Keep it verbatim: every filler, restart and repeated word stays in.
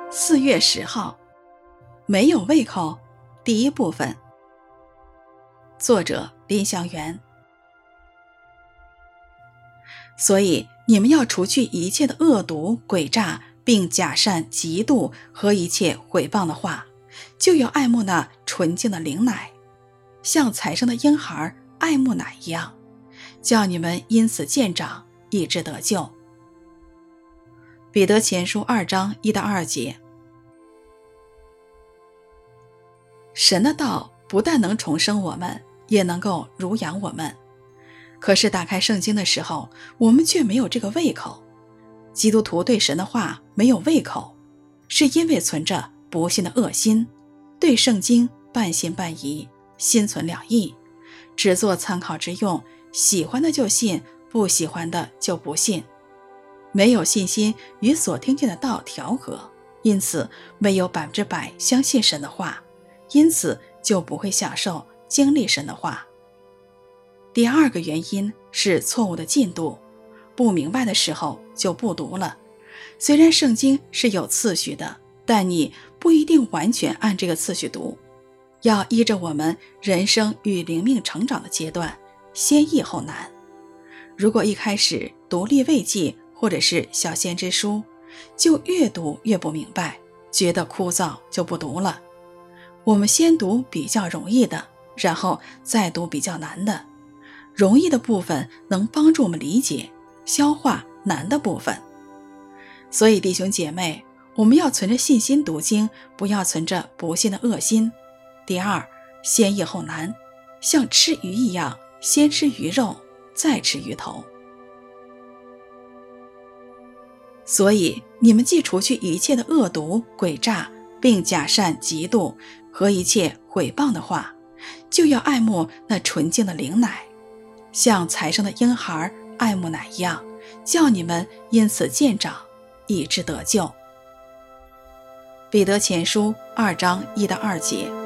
四月十号，没有胃口，第一部分。作者林祥元。所以你们要除去一切的恶毒、诡诈，并假善、嫉妒和一切毁谤的话，就要爱慕那纯净的灵奶，像才生的婴孩爱慕奶一样，叫你们因此渐长，以致得救。彼得前书二章一到二节。神的道不但能重生我们，也能够乳养我们。可是打开圣经的时候，我们却没有这个胃口。基督徒对神的话没有胃口，是因为存着不信的恶心，对圣经半信半疑，心存两意，只做参考之用，喜欢的就信，不喜欢的就不信。没有信心与所听见的道调和，因此没有百分之百相信神的话，因此就不会享受经历神的话。第二个原因是错误的进度，不明白的时候就不读了。虽然圣经是有次序的，但你不一定完全按这个次序读，要依着我们人生与灵命成长的阶段，先易后难。如果一开始读利未记或者是小先知书，就越读越不明白，觉得枯燥，就不读了。我们先读比较容易的，然后再读比较难的。容易的部分能帮助我们理解、消化难的部分。所以弟兄姐妹，我们要存着信心读经，不要存着不信的恶心。第二，先易后难，像吃鱼一样，先吃鱼肉，再吃鱼头。所以你们既除去一切的恶毒、诡诈，并假善、嫉妒和一切毁谤的话，就要爱慕那纯净的灵奶，像才生的婴孩爱慕奶一样，叫你们因此渐长，以致得救。彼得前书二章一到二节。